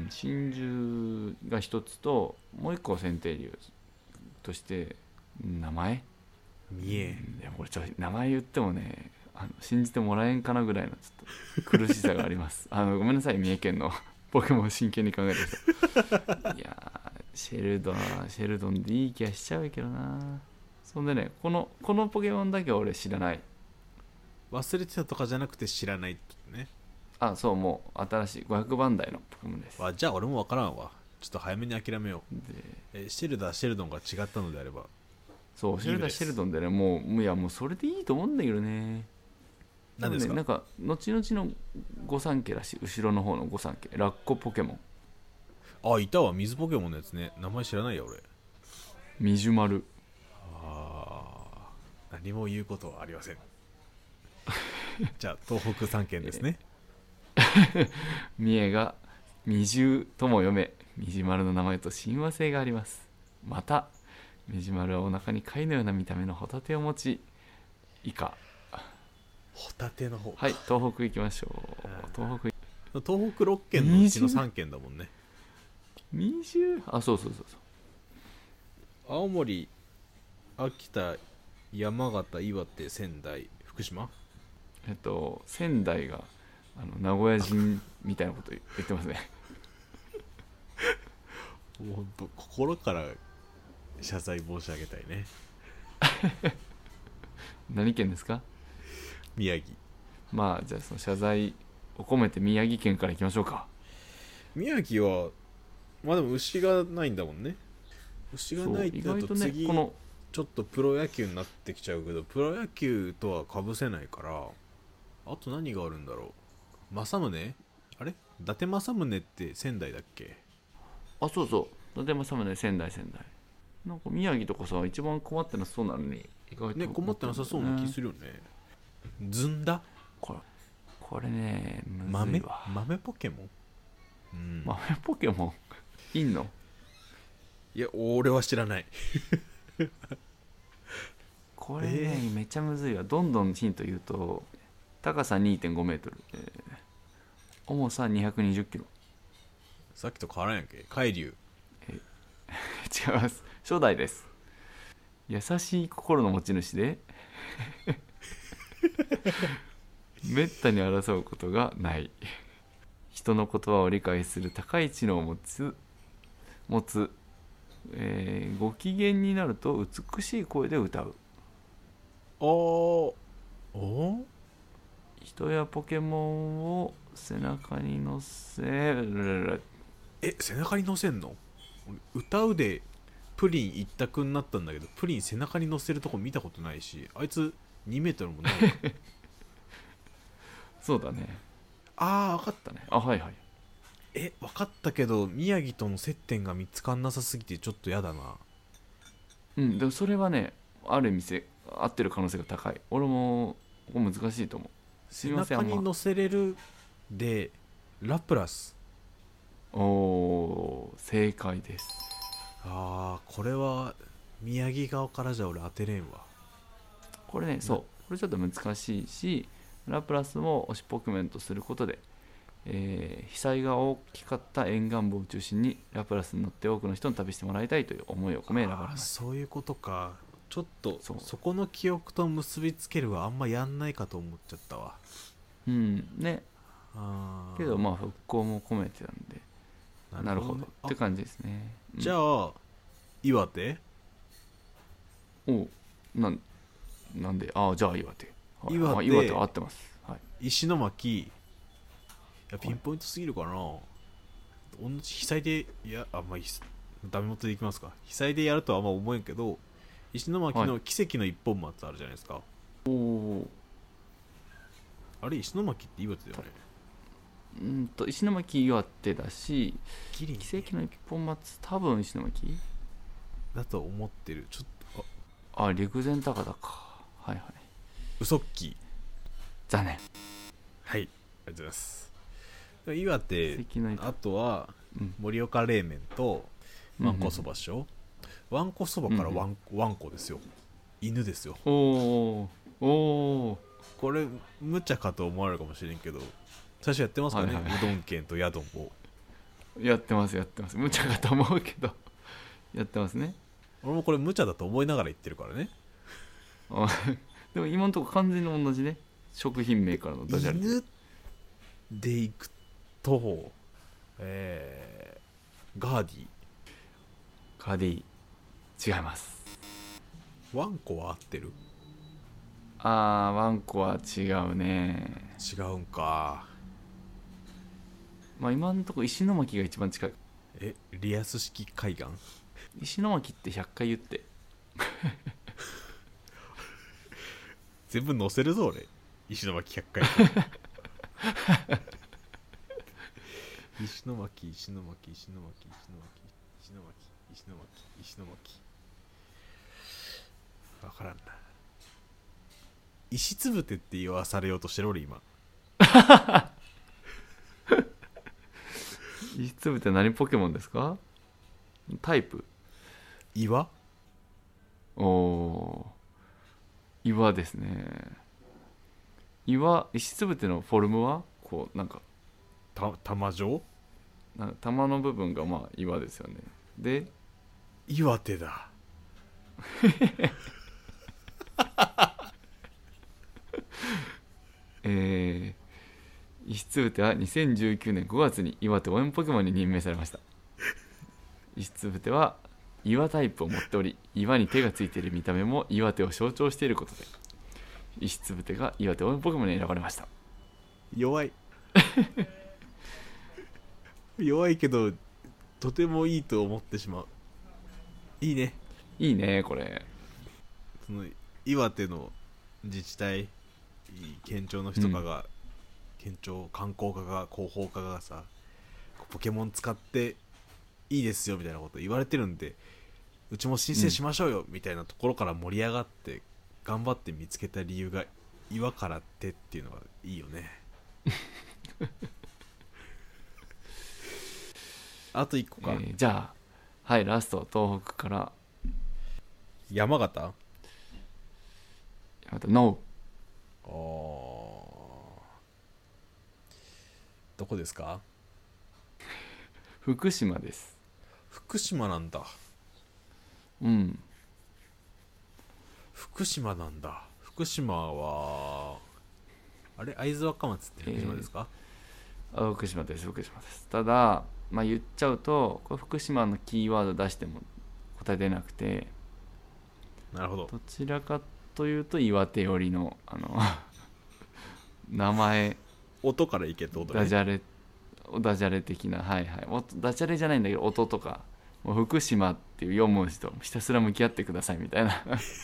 Speaker 2: 真珠が一つと、もう一個は選定理由として名前。
Speaker 1: 見え。
Speaker 2: いや俺ちょ名前言ってもね、あの信じてもらえんかなぐらいのちょっと苦しさがありますあのごめんなさい、三重県のポケモンを真剣に考えてる人いやシェルドンシェルドンでいい気がしちゃうけどな。そんでね、このこのポケモンだけは俺知らない。
Speaker 1: 忘れてたとかじゃなくて知らないってね。
Speaker 2: あ、そう、もう新しいごひゃくばん台のポケモンです。
Speaker 1: あ、じゃあ俺もわからんわ。ちょっと早めに諦めよう。
Speaker 2: で
Speaker 1: えシェルダーシェルドンが違ったのであれば。
Speaker 2: そうシェルダーシェルドンでね、もういやもうそれでいいと思うんだけどね。
Speaker 1: 何ですか？
Speaker 2: ね、なんか後々の御三家らしい、後ろの方の御三家、ラッコポケモン。
Speaker 1: あ、いたわ、水ポケモンのやつね。名前知らないや俺。
Speaker 2: ミジュマル。
Speaker 1: あー、何も言うことはありませんじゃあ東北さん県ですね
Speaker 2: 三重がミジュとも読め、ミジマルの名前と親和性があります。またミジマルはお腹に貝のような見た目のホタテを持ち、以下。
Speaker 1: ホタテの方。
Speaker 2: はい、東北行きましょう。東北
Speaker 1: 東北ろっ県のうちのさん県だもんね。
Speaker 2: ミジュ、あ、そうそうそうそう。
Speaker 1: 青森、秋田、山形、岩手、仙台、福島。
Speaker 2: えっと仙台があの名古屋人みたいなこと言ってますね
Speaker 1: もう本当心から謝罪申し上げたいね
Speaker 2: 何県ですか？
Speaker 1: 宮城。
Speaker 2: まあじゃあその謝罪を込めて宮城県からいきましょうか。
Speaker 1: 宮城はまあでも牛がないんだもんね。牛がないってなると次、
Speaker 2: ね、この
Speaker 1: ちょっとプロ野球になってきちゃうけど、プロ野球とはかぶせないから、あと何があるんだろう。政宗、あれ伊達政宗って仙台だっけ？
Speaker 2: あ、そうそう、伊達政宗仙台仙台。なんか宮城とかさ、一番困ってなさそうなのに意外と
Speaker 1: ね、困ってなさそうな気するよね。ずんだ、
Speaker 2: これこれね、むずい
Speaker 1: 豆
Speaker 2: わ。
Speaker 1: 豆ポケモン、うん、
Speaker 2: 豆ポケモンいんの？
Speaker 1: いや俺は知らない
Speaker 2: これね、
Speaker 1: えー
Speaker 2: めっちゃむずいわ。どんどんヒント言うと、高さ にてんごメートル、えー重さにひゃくにじゅっキロ。
Speaker 1: さっきと変わらんやんけ。海流。
Speaker 2: 違います、初代です。優しい心の持ち主でめったに争うことがない、人の言葉を理解する高い知能を持つ持つ、えーご機嫌になると美しい声で歌う。
Speaker 1: おーお
Speaker 2: 人やポケモンを背中に乗せる。
Speaker 1: え背中に乗せんの？俺歌うでプリン一択になったんだけど、プリン背中に乗せるとこ見たことないし、あいつにメートルもない
Speaker 2: そうだね。
Speaker 1: あー分かっ
Speaker 2: だね。あ、はいはい。
Speaker 1: え分かったけど、宮城との接点が見つかんなさすぎてちょっとやだな。
Speaker 2: うん、でもそれはね、ある意味せ合ってる可能性が高い。俺もここ難しいと思う。す
Speaker 1: 背
Speaker 2: みません、あんま。
Speaker 1: 中に乗せれるでラプラス。
Speaker 2: おー、正解です。
Speaker 1: あーこれは宮城側からじゃ俺当てれんわ。
Speaker 2: これね、そう、これちょっと難しいし、ラプラスも推しポケモンとすることで、えー被災が大きかった沿岸部を中心にラプラスに乗って多くの人に旅してもらいたいという思いを込め選ばれ
Speaker 1: あー
Speaker 2: ました。
Speaker 1: そういうことか。ちょっと
Speaker 2: そ
Speaker 1: そうこの記憶と結びつけるはあんまやんないかと思っちゃったわ。
Speaker 2: うんね。
Speaker 1: あー
Speaker 2: けどまあ復興も込めてなんで、なるほど
Speaker 1: ね
Speaker 2: って感じですね。
Speaker 1: あじゃ
Speaker 2: あ、
Speaker 1: あ岩手
Speaker 2: おなんなんで、ああ、じゃあ岩手。はい、
Speaker 1: 岩手
Speaker 2: あ岩手は合ってます。はい。
Speaker 1: 石巻。いやピンポイントすぎるかな、同じ被災でいやあんまりダメ元でいきますか。被災でやるとはあんま思えんけど、石巻の奇跡の一本松あるじゃないですか、
Speaker 2: おお。
Speaker 1: あれ石巻って岩手だよね。
Speaker 2: うんと石巻岩手だし、
Speaker 1: ギリ
Speaker 2: 奇跡の一本松多分石巻。
Speaker 1: だと思ってる。ちょっとあ
Speaker 2: あ、陸前高田か。はいはい。
Speaker 1: 嘘っき
Speaker 2: 残念。
Speaker 1: はい、ありがとうございます。岩手、
Speaker 2: 奇跡の一
Speaker 1: あとは
Speaker 2: うん
Speaker 1: 盛岡冷麺とわんこそばでしょ。わんこそばから
Speaker 2: うんうん
Speaker 1: わん、わんこですよ。犬ですよ。
Speaker 2: おおおお。
Speaker 1: これ無茶かと思われるかもしれんけど、最初やってますからね、
Speaker 2: はいはいう
Speaker 1: どん県とヤドンを。
Speaker 2: やってますやってます。無茶かと思うけどやってますね。
Speaker 1: 俺もこれ無茶だと思いながら言ってるからね。
Speaker 2: あでも今のところ完全に同じね。食品名からのダジャレ。
Speaker 1: 犬でいくとえー、ガーディ。
Speaker 2: カーディ違います。
Speaker 1: ワンコは合ってる？
Speaker 2: あー、ワンコは違うね。
Speaker 1: 違うんか。
Speaker 2: まあ今のところ石巻が一番近い。
Speaker 1: えリアス式海岸。
Speaker 2: 石巻ってひゃっかい言って。
Speaker 1: 全部載せるぞ俺、石巻ひゃっかい石巻石巻石巻石巻石巻石巻石巻石巻分からんな。石つぶてって言わされようとしてる俺今。
Speaker 2: 石つぶって何ポケモンですか？タイプ？
Speaker 1: 岩
Speaker 2: おおー、岩ですね。岩、石つぶてのフォルムはこうなんか
Speaker 1: た玉状。
Speaker 2: なんか玉の部分がまあ岩ですよね。で
Speaker 1: 岩手だ。
Speaker 2: えー、石つぶてはにせんじゅうきゅうねんごがつに岩手応援ポケモンに任命されました。石つぶては岩タイプを持っており、岩に手がついている見た目も岩手を象徴していることで、石つぶてが岩手応援ポケモンに選ばれました。
Speaker 1: 弱い弱いけどとてもいいと思ってしまう。いいね。
Speaker 2: いいねこれ。
Speaker 1: その岩手の自治体県庁の人かが、うん、県庁観光課が広報課がさ、ポケモン使っていいですよみたいなこと言われてるんで、うちも申請しましょうよみたいなところから盛り上がって頑張って見つけた理由が岩からってっていうのがいいよね。あといっこか、
Speaker 2: えー、じゃあはいラスト東北から
Speaker 1: 山形。
Speaker 2: 山形ノ
Speaker 1: ー。あーどこですか？
Speaker 2: 福島です。
Speaker 1: 福島なんだ。
Speaker 2: うん
Speaker 1: 福島なんだ。福島はあれ会津若松って福島ですか？
Speaker 2: えー、あ福島です福島です。ただまあ言っちゃうとこれ福島のキーワード出しても答え出なくて、
Speaker 1: なるほど。
Speaker 2: どちらかというと岩手寄りのあの名前
Speaker 1: 音からいけってことね。
Speaker 2: ダジャレダジャレ的な、はいはい、音ダジャレじゃないんだけど音とかもう福島っていうよん文字とひたすら向き合ってくださいみたいな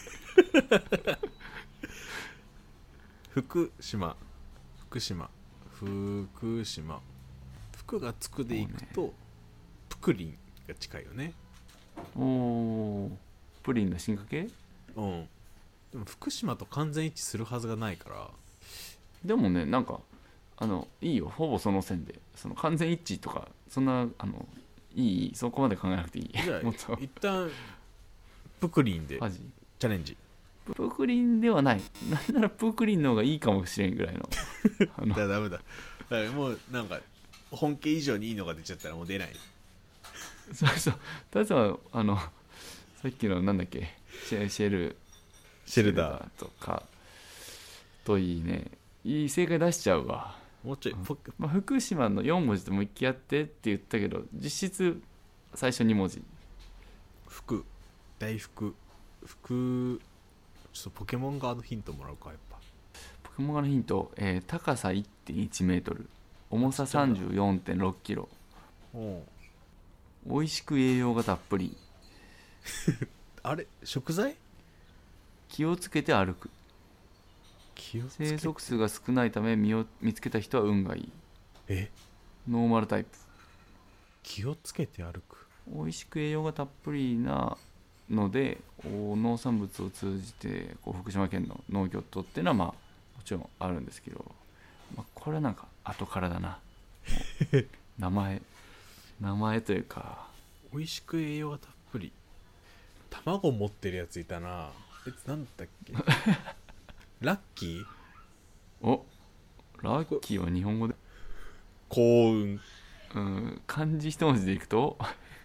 Speaker 1: 福島福島福島福がつくでいくと、ね、プクリンが近いよね。
Speaker 2: おー、プリンの進化系。
Speaker 1: うん。でも福島と完全一致するはずがないから。
Speaker 2: でもね、なんかあのいいよ、ほぼその線でその完全一致とかそんなあのいいそこまで考えなくていい。
Speaker 1: じゃあ一旦プクリンでチャレンジ。
Speaker 2: プクリンではない、なんならプクリンの方がいいかもしれんぐらいのあの
Speaker 1: だダメだ、だからもうなんか本家以上にいいのが出ちゃったらもう出ない。
Speaker 2: そうそう、ただあのさっきのなんだっけシェ、シェル
Speaker 1: シェルダー
Speaker 2: とかといいね、いい正解出しちゃうわ。
Speaker 1: もうちょい、うん、
Speaker 2: まあ、福島のよん文字ともう一回やってって言ったけど実質最初に文字。
Speaker 1: 福大福福ちょっとポケモン側のヒントもらうか。やっぱ
Speaker 2: ポケモン側のヒント、えー、高さ いってんいちメートル、重さ さんじゅうよんてんろっキロ、
Speaker 1: お
Speaker 2: 美味しく栄養がたっぷり
Speaker 1: あれ食材。
Speaker 2: 気をつけて歩く。
Speaker 1: 気をつけて
Speaker 2: 生息数が少ないため見を見つけた人は運がいい。
Speaker 1: え
Speaker 2: ノーマルタイプ。
Speaker 1: 気をつけて歩く。
Speaker 2: 美味しく栄養がたっぷりなので農産物を通じてこう福島県の農業とっていうのはまあもちろんあるんですけど、まあ、これはなんか後からだな名前名前というか
Speaker 1: 美味しく栄養がたっぷり。卵持ってるやついたな。えなんだっけラッキー。
Speaker 2: おラッキーは日本語で
Speaker 1: 幸運。
Speaker 2: うん漢字一文字でいくと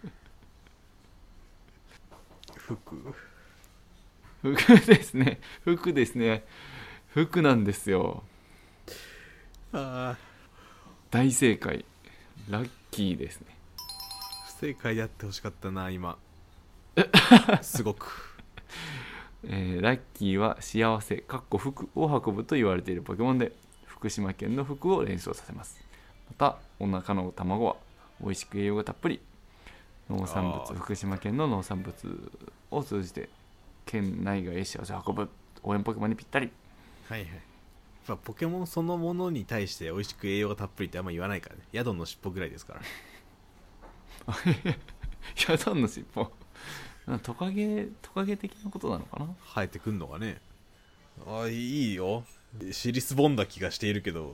Speaker 1: 福
Speaker 2: 福ですね福ですね福なんですよ。
Speaker 1: あ
Speaker 2: 大正解。ラッキーですね。
Speaker 1: 不正解であってほしかったな今すごく、
Speaker 2: えー、ラッキーは幸せかっこ福を運ぶと言われているポケモンで福島県の福を連想させます。またお腹の卵は美味しく栄養がたっぷり。農産物福島県の農産物を通じて県内外へ幸せを運ぶ応援ポケモンにぴったり。
Speaker 1: はいはい。やっぱポケモンそのものに対して美味しく栄養がたっぷりってあんま言わないからね。ヤドンの尻尾ぐらいですから
Speaker 2: ヤドンの尻尾トカゲトカゲ的なことなのかな。
Speaker 1: 生えてくんのかね。あいいよ。尻すぼんだ気がしているけど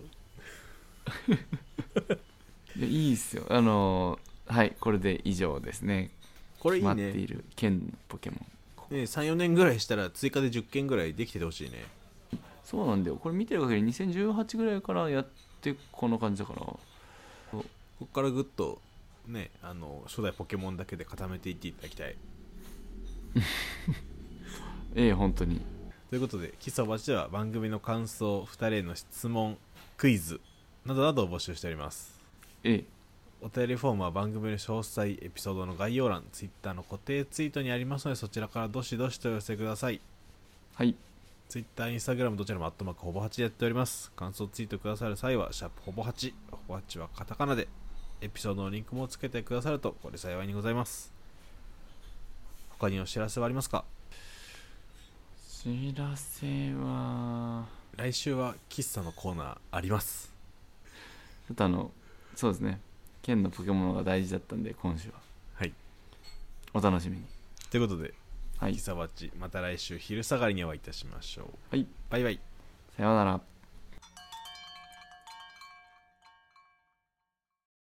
Speaker 2: いやいいっすよ。あのー、はいこれで以上ですね。
Speaker 1: これいいね。
Speaker 2: 決まっている県のポケモン
Speaker 1: ね、さんよねんぐらいしたら追加でじゅっけんぐらいできててほしいね。
Speaker 2: そうなんだよ。これ見てる限りにせんじゅうはちぐらいからやってこの感じだから、
Speaker 1: ここからぐっとねあの初代ポケモンだけで固めていっていただきたい
Speaker 2: ええ本当に。
Speaker 1: ということで喫茶おばちでは番組の感想、ふたりへの質問、クイズなどなどを募集しております。
Speaker 2: ええ
Speaker 1: お便りフォームは番組の詳細、エピソードの概要欄、ツイッターの固定ツイートにありますのでそちらからどしどしとお寄せください。
Speaker 2: はい。
Speaker 1: ツイッター、インスタグラムどちらもアットマークほぼはちでやっております。感想ツイートくださる際はシャープほぼはち、ほぼはちはカタカナで、エピソードのリンクもつけてくださるとこれ幸いにございます。他にお知らせはありますか？
Speaker 2: 知らせは
Speaker 1: 来週は喫茶のコーナーあります。
Speaker 2: ちょっとあのそうですね、県のポケモンが大事だったんで今週は
Speaker 1: はい
Speaker 2: お楽しみに。
Speaker 1: ということで、
Speaker 2: はい、
Speaker 1: 喫茶バッチまた来週昼下がりにお会いいたしましょう。
Speaker 2: はい、
Speaker 1: バイバイ。
Speaker 2: さようなら。